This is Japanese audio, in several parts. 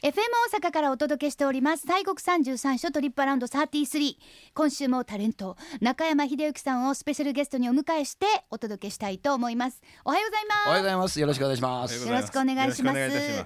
FM 大阪からお届けしております西国33所トリップアラウンド33。今週もタレント中山秀幸さんをスペシャルゲストにお迎えしてお届けしたいと思います。おはようございます。 おはようございます。よろしくお願いします。 よろしくお願いします。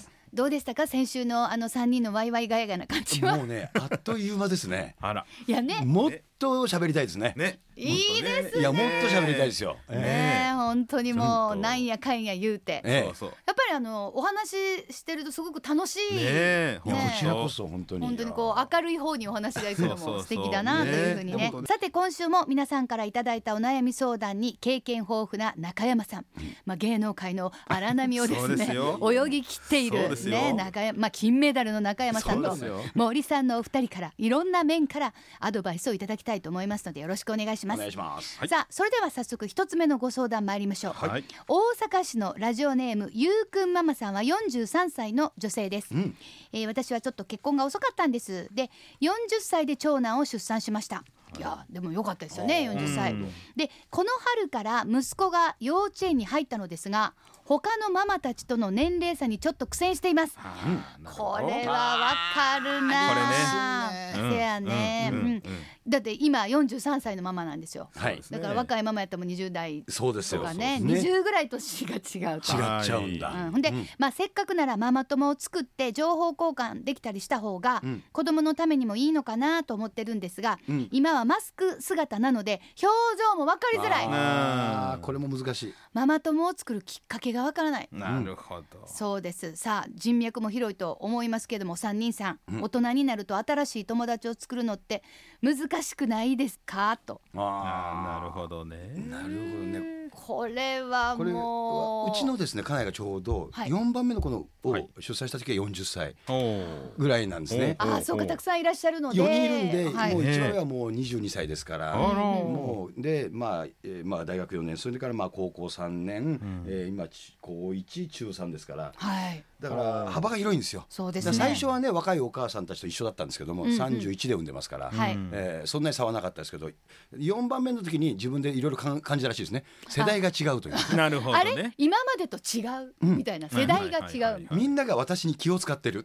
どうでしたか、先週の3人のワイワイガヤガヤな感じは。 もうね、あっという間ですね。 あら、 いやね、 もっと喋りたいですね。 いいですね。 いや、もっと喋りたいですよ。 本当にもうなんやかんや言うて、やっぱりお話ししてるとすごく楽しい。 いや、こちらこそ本当にこう明るい方にお話がいくのも素敵だなというふうにね。さて今週も皆さんからいただいたお悩み相談に経験豊富な中山さん、芸能界の荒波をですね泳ぎ切っているね中山、金メダルの中山さんと森さんのお二人からいろんな面からアドバイスをいただきたいと思いますのでよろしくお願いします。 お願いします。 さあそれでは早速一つ目のご相談参りましょう。大阪市のラジオネームゆうくんママさんは43歳の女性です。私はちょっと結婚が遅かったんです。で40歳で長男を出産しました。いやでも良かったですよね、40歳で。この春から息子が幼稚園に入ったのですが、他のママたちとの年齢差にちょっと苦戦しています。これはわかるな。せやね、だって今43歳のママなんですよ。だから若いママやったらもう20代とかね、20ぐらい年が違うと違っちゃうんだ。 ほんで、せっかくならママ友を作って情報交換できたりした方が子供のためにもいいのかなと思ってるんですが、今はマスク姿なので表情も分かりづらい。 これも難しい。 ママ友を作るきっかけが分からない。 なるほど。 そうです。さあ人脈も広いと思いますけども、3人さん、大人になると新しい友達を作るのって難しくないですかと。 なるほどね。 なるほどね。 これはもううちのですね家内がちょうど4番目の子のを出産した時は40歳ぐらいなんですね。 そうか、たくさんいらっしゃるので 4人いるんで、もう一番上はもう22歳ですから、もうで大学4年、それから高校3年、今高1中3ですから、だから幅が広いんですよ。 そうですね。 最初はね若いお母さんたちと一緒だったんですけども、31で産んでますから、そんなに差はなかったですけど、4番目の時に自分でいろいろ感じたらしいですね。世代が違うという。 なるほどね。 あれ今までと違うみたいな、世代が違う。 みんなが私に気を使ってる。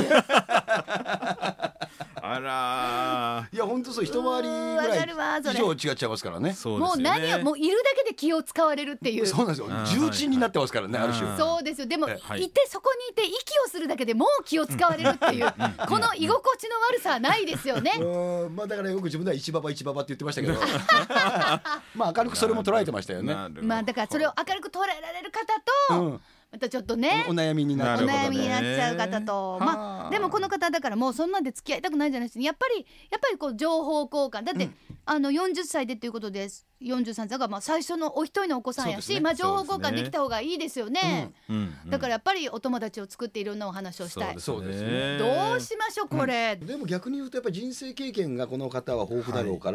あら、 いや本当そう、一回りぐらい以上違っちゃいますからね。 もう何をもういるだけで気を使われるっていう。 そうなんですよ。重鎮になってますからね、ある種。 そうですよ。でもいてそこにいて息をするだけでもう気を使われるっていうこの居心地の悪さはないですよね。 だからよく自分では一ババって言ってましたけど明るくそれも捉えてましたよね。 だからそれを明るく捉えられる方と、またちょっとねお悩みになっちゃう方と、でもこの方だからもうそんなんで付き合いたくないじゃないですか。やっぱりこう情報交換だって、40歳でということです。43歳だから最初のお一人のお子さんやし、情報交換できた方がいいですよね。だからやっぱりお友達を作っていろんなお話をしたい。 そうですね。 どうしましょうこれ。 でも逆に言うとやっぱり人生経験がこの方は豊富だろうから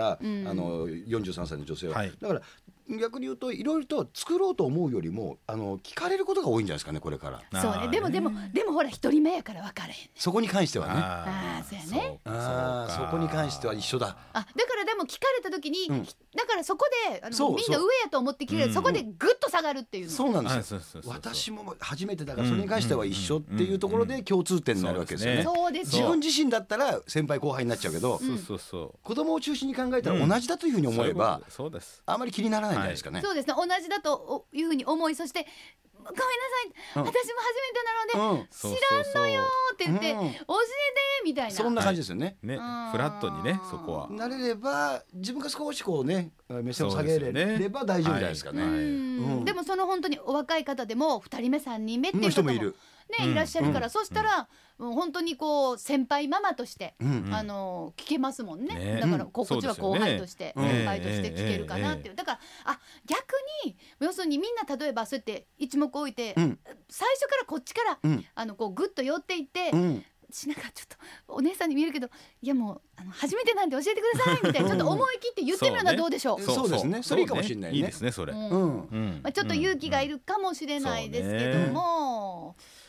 、43歳の女性は、だから逆に言うといろいろと作ろうと思うよりも聞かれることが多いんじゃないですかね、これから。 そうね。でもほら一人目やから分かれへん。 そこに関してはね。 そうやね。 そこに関しては一緒だ。 だからでも聞かれた時に、だからそこでみんな上やと思って聞かれる、そこでグッと下がるっていうの。 そうなんですよ。私も初めてだからそれに関しては一緒っていうところで共通点になるわけですよね。 そうです。 自分自身だったら先輩後輩になっちゃうけど、子供を中心に考えたら同じだというふうに思えばあまり気にならないんじゃないですかね。 そうですね。同じだというふうに思い、そしてごめんなさい、私も初めてなので知らんのよって言って教えてみたいな、 そんな感じですよね。 フラットにね、そこはなれれば自分が少しこうね目線を下げれば大丈夫じゃないですかね。 でもその本当にお若い方でも2人目3人目っていう方もいらっしゃるから、そしたらもう本当にこう先輩ママとして聞けますもんね。だからこっちは後輩として先輩として聞けるかなっていう。だから逆に要するにみんな例えばそうやって一目置いて最初からこっちからこうグッと寄っていってなんかちょっとお姉さんに見えるけど、いやもう初めてなんで教えてくださいみたいなちょっと思い切って言ってみるのはどうでしょう。 そうですね。それいいかもしれないね。 いいですねそれ。 ちょっと勇気がいるかもしれないですけども、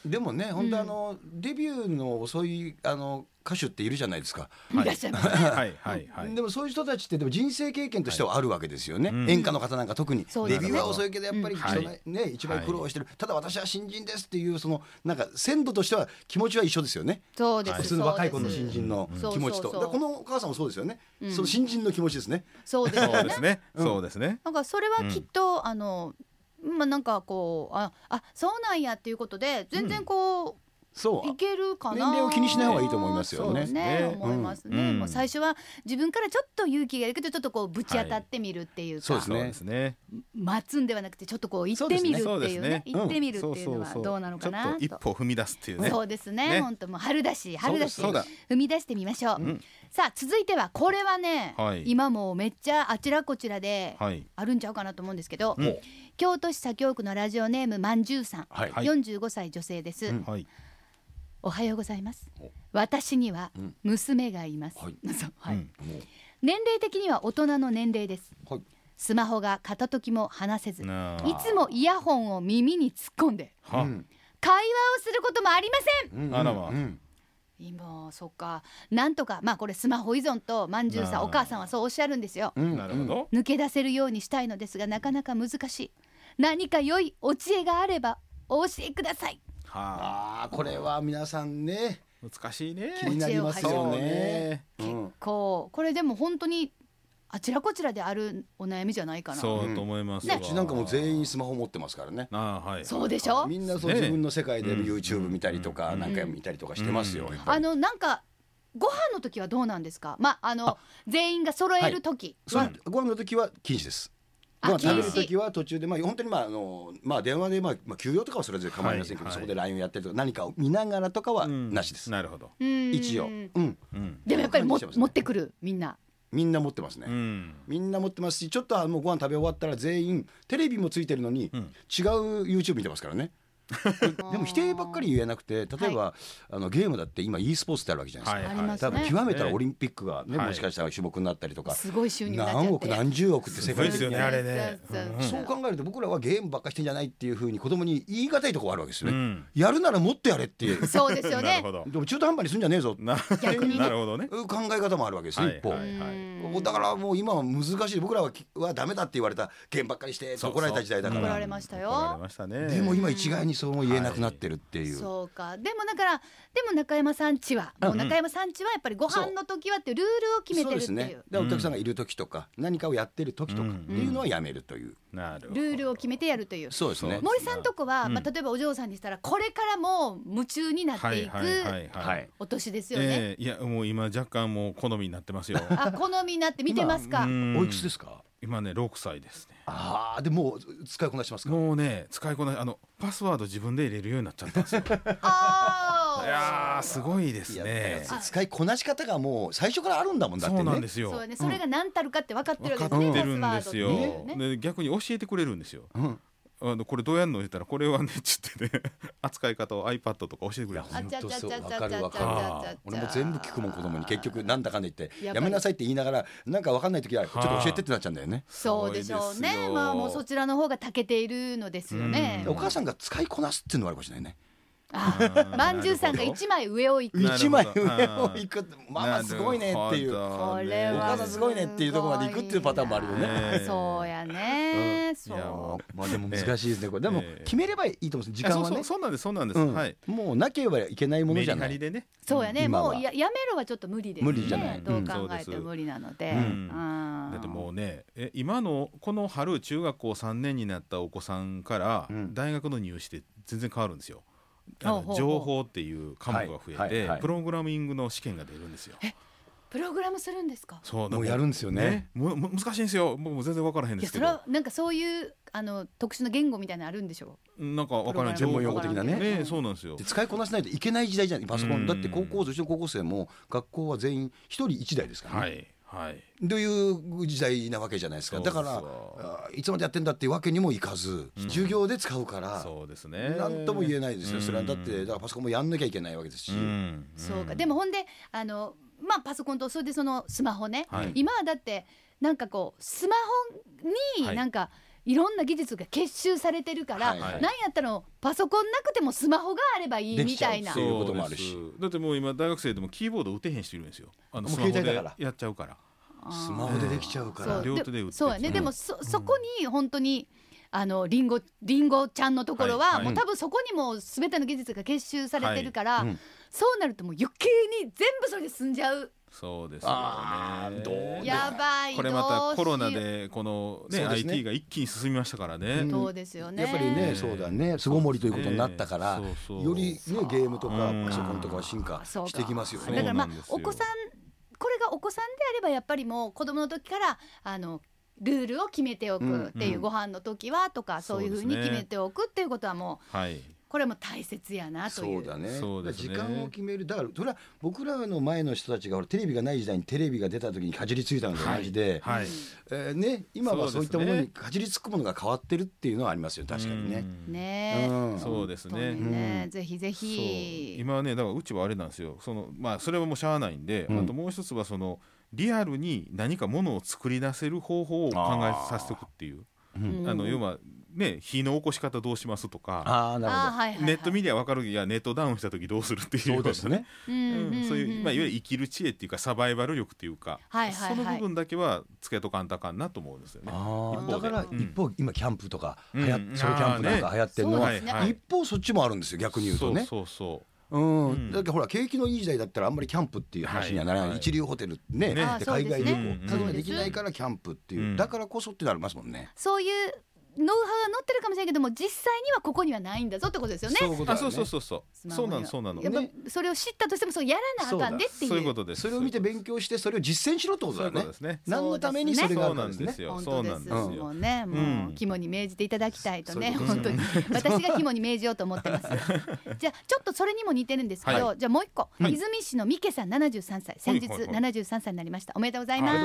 でもね本当デビューの遅い歌手っているじゃないですか。 いらっしゃいますね。 はいはいはい。 でもそういう人たちってでも人生経験としてはあるわけですよね。演歌の方なんか特にデビューは遅いけどやっぱり一番苦労してる。ただ私は新人ですっていうそのなんか鮮度としては気持ちは一緒ですよね。 そうです。 普通の若い子の新人の気持ちと。このお母さんもそうですよね。その新人の気持ちですね。 そうですね。 そうですね。 なんかそれはきっとなんかこうそうなんやっていうことで全然こう。いけるかな。 年齢を気にしない方がいいと思いますよね。 そうですね、思いますね。もう最初は自分からちょっと勇気がいるけどちょっとこうぶち当たってみるっていうか、 そうですね。 待つんではなくてちょっとこう行ってみるっていうね、行ってみるっていうのはどうなのかなと。 ちょっと一歩踏み出すっていうね。 そうですね。本当もう春だし踏み出してみましょう。さあ続いてはこれはね、今もうめっちゃあちらこちらであるんちゃうかなと思うんですけど、京都市左京区のラジオネームまんじゅうさん、45歳女性です。おはようございます。私には娘がいます。年齢的には大人の年齢です。スマホが片時も離せず、いつもイヤホンを耳に突っ込んで会話をすることもありません。 あらま。 今そっか、なんとかこれスマホ依存とまんじゅうさんお母さんはそうおっしゃるんですよ。 なるほど。 抜け出せるようにしたいのですがなかなか難しい。何か良いお知恵があればお教えください。 これは皆さんね難しいね。 気になりますよね。 結構これでも本当にあちらこちらであるお悩みじゃないかな。 そうと思います。 うちなんかも全員スマホ持ってますからね。 そうでしょ。 みんなそう自分の世界で YouTube 見たりとか何回も見たりとかしてますよ。 なんかご飯の時はどうなんですか。全員が揃える時はご飯の時は禁止です。食べる時は途中で本当に電話で休養とかはそれぞれ構いませんけど、そこで LINE をやってるとか何かを見ながらとかはなしです。 なるほど。 一応でもやっぱり持ってくるみんな持ってますね。みんな持ってますし、ちょっともうご飯食べ終わったら全員テレビもついてるのに違う YouTube 見てますからね。でも否定ばっかり言えなくて、例えばゲームだって今 e スポーツってあるわけじゃないですか。多分極めたらオリンピックがねもしかしたら種目になったりとか、 すごい収入になっちゃって何億何十億って世界的にあれね。 そう考えると僕らはゲームばっかしてんじゃないっていうふうに子供に言い難いところがあるわけですよね。やるならもっとやれっていう。 そうですよね。 でも中途半端にすんじゃねえぞ逆になるほどね。 考え方もあるわけですよ。一方だからもう今は難しい。僕らはダメだって言われたゲームばっかりして怒られた時代だから。 怒られましたよ。 でも今一概にそうも言えなくなってるっていう。 そうか。でも中山さんちはやっぱりご飯の時はっていうルールを決めてるっていう。そうですね。でお客さんがいる時とか何かをやってる時とかっていうのはやめるというルールを決めてやるという。 そうですね。 森さんとこは例えばお嬢さんにしたらこれからも夢中になっていくお年ですよね。 いやもう今若干もう好みになってますよ。 好みになって見てますか。 おいくつですか。 今ね6歳ですね。 でも使いこなしますか。 もうね使いこなしパスワード自分で入れるようになっちゃったんですよ。いやすごいですね。 使いこなし方がもう最初からあるんだもんだってね。 そうなんですよ。 そうね。それが何たるかって分かってるわけですね。 分かってるんですよ。で逆に教えてくれるんですよ。これどうやるの言ったらこれはねちってね扱い方を iPad とか教えてくれる。 本当そう分かる。俺も全部聞くもん子供に。結局なんだかんだ言ってやめなさいって言いながらなんか分かんない時はちょっと教えてってなっちゃうんだよね。 そうでしょうね。もうそちらの方が長けているのですよね。 お母さんが使いこなすっていうのはあるかもしれないね。 まんじゅうさんが一枚上を行く。 一枚上を行く。ママすごいねっていう。お母さんすごいねっていうところまで行くっていうパターンもあるよね。 そうやね。 でも難しいですねこれ。でも決めればいいと思うんです。時間はね。 そうなんです。 もうなければいけないものじゃない。 そうやね。もうやめろはちょっと無理ですね。 無理じゃない。 どう考えても無理なので。 だってもうね今のこの春中学校3年になったお子さんから大学の入試で全然変わるんですよ。情報っていう科目が増えてプログラミングの試験が出るんですよ。 プログラムするんですか。 そうもうやるんですよね。 難しいんですよ。僕も全然分からへんですけど。 それはなんかそういう特殊な言語みたいなのあるんでしょう。 なんか分からない専門用語的なね。 そうなんですよ。 使いこなせないといけない時代じゃない。パソコンだってうちの高校生も学校は全員一人一台ですからね。という時代なわけじゃないですか。だからいつまでやってんだっていうわけにもいかず授業で使うから何とも言えないですよ。それはだってパソコンもやんなきゃいけないわけですし。 そうか。でもほんでパソコンとそれでそのスマホね。今はだってなんかこうスマホになんかいろんな技術が結集されてるから、なんやったらパソコンなくてもスマホがあればいいみたいな。 そういうこともあるし、 だってもう今大学生でもキーボード打てへん人いるんですよ。スマホでやっちゃうから、 スマホでできちゃうから、 両手で打って。 そうやね。でもそこに本当にリンゴちゃんのところは、もう多分そこにも全ての技術が結集されてるから、そうなるともう余計に全部それで済んじゃう。 そうですよね。 やばい。 これまたコロナでこのね IT が一気に進みましたからね。 そうですよね。 やっぱりね、そうだね、巣ごもりということになったから、よりねゲームとかパソコンとかは進化してきますよね。 だからお子さん、これがお子さんであればやっぱりもう子供の時からルールを決めておくっていう、ご飯の時はとかそういう風に決めておくっていうことはもう、これも大切やなという。 そうだね。時間を決める。だからそれは僕らの前の人たちがテレビがない時代にテレビが出た時にかじりついたのと同じで、ね、今はそういったものにかじりつくものが変わってるっていうのはありますよ、確かにね。 ね、そうですね。 ぜひぜひ。 今はね、だからうちはあれなんですよ。それはもうしゃあないんで、あともう一つはリアルに何かものを作り出せる方法を考えさせておくっていう。要はね、火の起こし方どうしますとか、ネット見りゃ分かる。いやネットダウンした時どうするっていう。 そうですね。 そういういわゆる生きる知恵っていうかサバイバル力っていうか、その部分だけはつけとかんとあかんなと思うんですよね。 だから一方今キャンプとかソロキャンプなんか流行ってるのは一方そっちもあるんですよ、逆に言うとね。だってほら景気のいい時代だったらあんまりキャンプっていう話にはならない。一流ホテルね、海外旅行ただできないからキャンプっていう、だからこそってなりますもんね。 そういうノウハウが載ってるかもしれないけども、実際にはここにはないんだぞってことですよね。 そうなの。 それを知ったとしてもそうやらなあかんでっていう。 そういうことです。 それを見て勉強してそれを実践しろってことだよね。何のためにそれがあるんですね。 そうなんですよ。もうね、もう肝に銘じていただきたいとね、本当に私が肝に銘じようと思ってます。じゃあちょっとそれにも似てるんですけど、じゃあもう一個、泉市の三毛さん73歳、先日73歳になりました。おめでとうございます。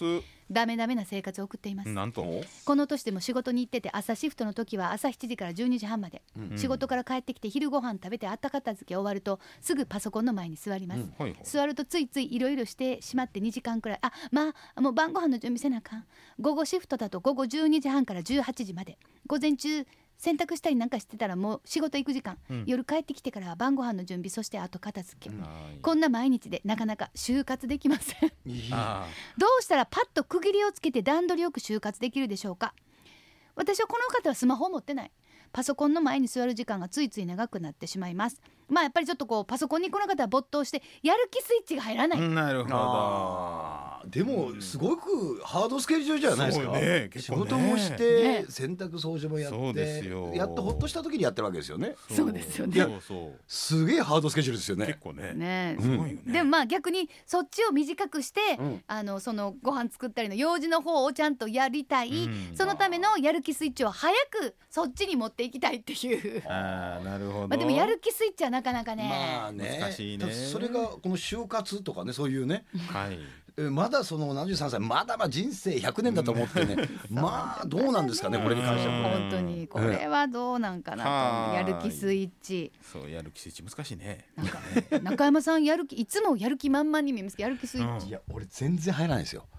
ダメな生活を送っています。 なんとこの年でも仕事に行ってて、朝シフトの時は朝7時から12時半まで、仕事から帰ってきて昼ご飯食べてあった片付け終わるとすぐパソコンの前に座ります。座るとついついいろいろしてしまって2時間くらい、もう晩ご飯の準備せなあかん。午後シフトだと午後12時半から18時まで、午前中洗濯したりなんかしてたらもう仕事行く時間、夜帰ってきてから晩ご飯の準備、そして後片付け、こんな毎日でなかなか就活できません。どうしたらパッと区切りをつけて段取りよく就活できるでしょうか。私はこの方はスマホを持ってない。パソコンの前に座る時間がついつい長くなってしまいます。やっぱりちょっとパソコンにこの方は没頭してやる気スイッチが入らない。 なるほど。 でもすごくハードスケジュールじゃないですか。仕事もして洗濯掃除もやってやっとほっとした時にやってるわけですよね。 そうですよね。 すげえハードスケジュールですよね。 結構ね。 でも逆にそっちを短くして、そのご飯作ったりの用事の方をちゃんとやりたい、そのためのやる気スイッチを早くそっちに持っていきたいっていう。 なるほど。 でもやる気スイッチはなかなかね、 難しいね。それがこの就活とかね、そういうね、まだその73歳まだ人生100年だと思ってねどうなんですかね、これに関しては。 本当にこれはどうなんかなと。やる気スイッチ、 やる気スイッチ難しいね。 中山さんいつもやる気満々に見えますけど、やる気スイッチ。 いや俺全然入らないですよ。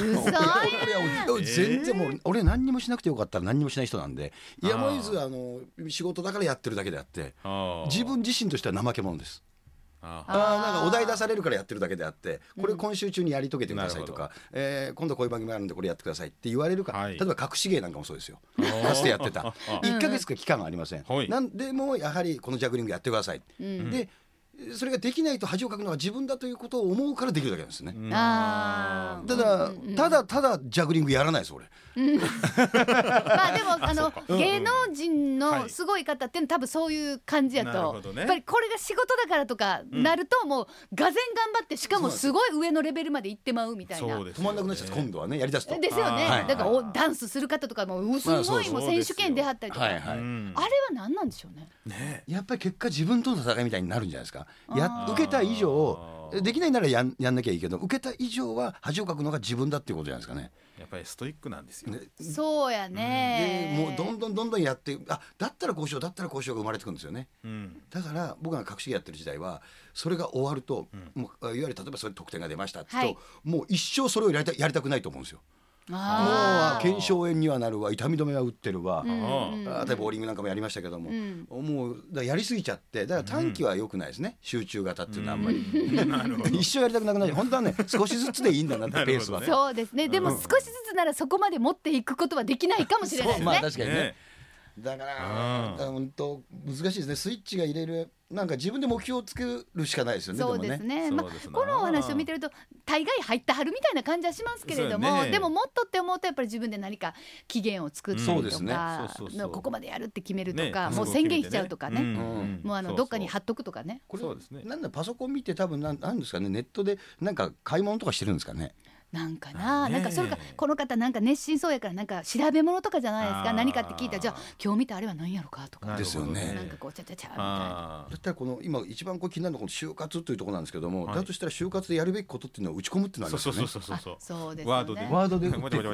全然もう俺何にもしなくてよかったら何にもしない人なんで、やむを得ず仕事だからやってるだけであって、自分自身としては怠け者です。なんかお題出されるからやってるだけであって、これ今週中にやり遂げてくださいとか、今度こういう番組あるんでこれやってくださいって言われるから、例えば隠し芸なんかもそうですよ。かつてやってた1ヶ月か期間がありません。なんでもやはりこのジャグリングやってください。でそれができないと恥をかくのは自分だということを思うからできるだけなんですね。ただジャグリングやらないです俺。 でも芸能人のすごい方っていうのは多分そういう感じやと、やっぱりこれが仕事だからとかなるともうがぜん頑張って、しかもすごい上のレベルまで行ってまうみたいな。 止まんなくなっちゃって今度はねやりだすと。 ですよね。だからダンスする方とかもすごいもう選手権出はったりとか、あれは何なんでしょうね。 やっぱり結果自分との戦いみたいになるんじゃないですか。受けた以上できないならやんなきゃいいけど、受けた以上は恥をかくのが自分だっていうことじゃないですかね。 やっぱりストイックなんですよ。 そうやね。 でもうどんどんやってだったらこうしようが生まれてくるんですよね。だから僕が隠し芸やってる時代はそれが終わると、もういわゆる例えばそれ得点が出ましたって言うと、もう一生それをやりたくないと思うんですよ。 腱鞘炎にはなるわ、痛み止めは打ってるわ、例えばボーリングなんかもやりましたけども、もうだやりすぎちゃって、だから短期は良くないですね、集中型っていうのはあんまり一生やりたくなくなる。本当はね少しずつでいいんだなってペースは。 そうですね。でも少しずつならそこまで持っていくことはできないかもしれないですね。 まあ確かにね。だから本当難しいですね。スイッチが入れる、なんか自分で目標を作るしかないですよね。 そうですね。このお話を見てると大概入ったはるみたいな感じはしますけれども、でももっとって思うとやっぱり自分で何か期限を作ったりとか、ここまでやるって決めるとか、もう宣言しちゃうとかね、もうどっかに貼っとくとかね。 これなんだパソコン見て多分なんですかね、ネットでなんか買い物とかしてるんですかね。 なんかなんかそれかこの方なんか熱心そうやからなんか調べ物とかじゃないですか。何かって聞いたらじゃあ今日見たあれは何やろかとかですよね。 なんかこうちゃちゃちゃみたいな。 だったらこの今一番こう気になるのはこの就活というところなんですけども、だとしたら就活でやるべきことっていうのを打ち込むっていうのはありますよね。 そうですね。 ワードで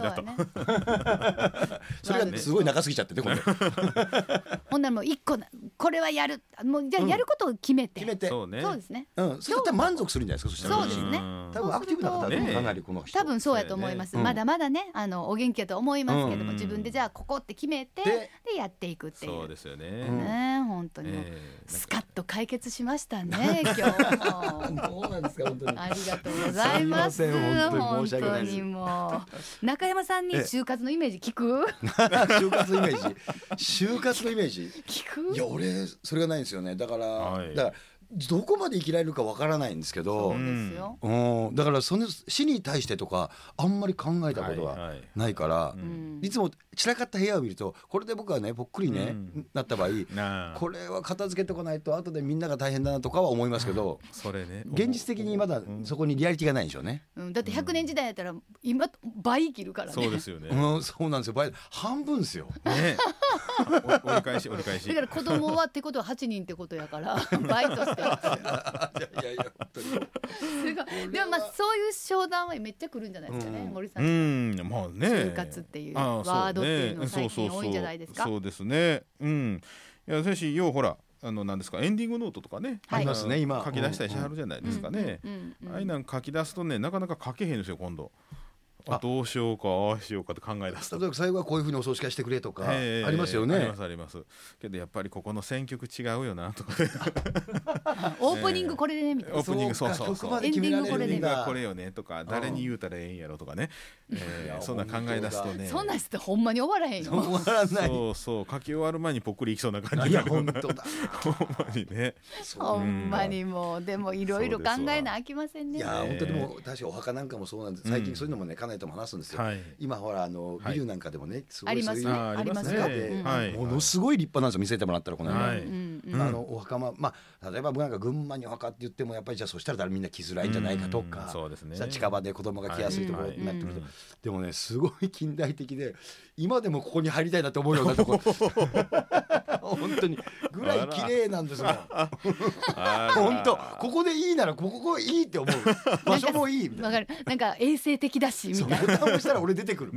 それがすごい長すぎちゃってね。 ほんならもう一個これはやる、もうじゃあやることを決めてそうですね。 それだったら満足するんじゃないですか。そしたらそうですね。 多分アクティブな方はかなりこの人多分そうやと思います。まだまだねお元気だと思いますけども、自分でじゃあここって決めてでやっていくっていう。 そうですよね。 本当にスカッと解決しましたね今日も。 そうなんですか。本当にありがとうございます。 本当にもう中山さんに就活のイメージ聞く？ 就活のイメージ就活のイメージ聞く？ いや俺それがないんですよね。だからどこまで生きられるかわからないんですけど、 そうですよ。 だからその死に対してとかあんまり考えたことはないから、いつも散らかった部屋を見るとこれで僕はねぽっくりね、なった場合これは片付けとかないと後でみんなが大変だなとかは思いますけど、 それね現実的にまだそこにリアリティがないんでしょうね。 だって100年時代やったら今倍生きるからね。 そうですよね。 そうなんですよ。倍半分ですよ。 折り返し。 だから子供はってことは8人ってことやから倍として。 いや本当にでもまあそういう商談はめっちゃ来るんじゃないですかね、森さん。 まあね。 就活っていうワードっていうの最近多いんじゃないですか。 そうですね。いや先生ようほらなんですかエンディングノートとかねありますね。今書き出したりしはるじゃないですかね。あいなん書き出すとねなかなか書けへんですよ今度。どうしようかああしようかって考え出すと、 例えば最後はこういうふうにお葬式化してくれとかありますよね。 ありますけどやっぱりここの選曲違うよなとかオープニングこれでねみたいな。 オープニングそうエンディングこれでこれよねとか誰に言うたらええんやろとかね、そんな考え出すとね、 そんなんしてほんまに終わらへんよ。 終わらない。 そう書き終わる前にぽっくりいきそうな感じ。 いや本当だほんまにね。 ほんまにもうでもいろいろ考えなあきませんね。 いや本当にもう確かお墓なんかもそうなんです。最近そういうのもね家内とも話すんですよ。今ほらビルなんかでもねすごいそういうありますね。 ものすごい立派なんですよ。見せてもらったらこの間お墓例えば僕なんか群馬にお墓って言ってもやっぱりじゃあそしたらみんな来づらいんじゃないかとか、近場で子供が来やすいところになってくると、でもねすごい近代的で今でもここに入りたいなって思うようなとこ本当にぐらい綺麗なんですもん。本当ここでいいならここいいって思う場所もいいみたいな。 わかる。なんか衛生的だしみたいな。 ボタンを押したら俺出てくる。 オ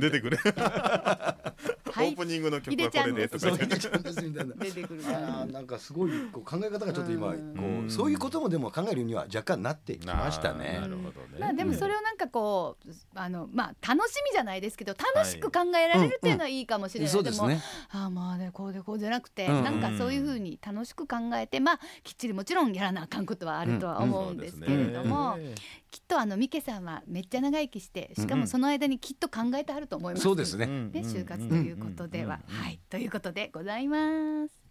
ープニングの曲はこれでとか出ちゃうんですみたいな。 出てくる。 なんかすごい考え方がちょっと今そういうこともでも考えるには若干なってきましたね。 なるほどね。 でもそれをなんかこう楽しみじゃないですけど楽しく考えられるっていうのはいいかもしれない。でもまあねこうでこうじゃなくてなんかそういう風に楽しく考えてきっちりもちろんやらなあかんことはあるとは思うんですけれども、きっとミケさんはめっちゃ長生きしてしかもその間にきっと考えてはると思います。 そうですね。 就活ということではということでございます。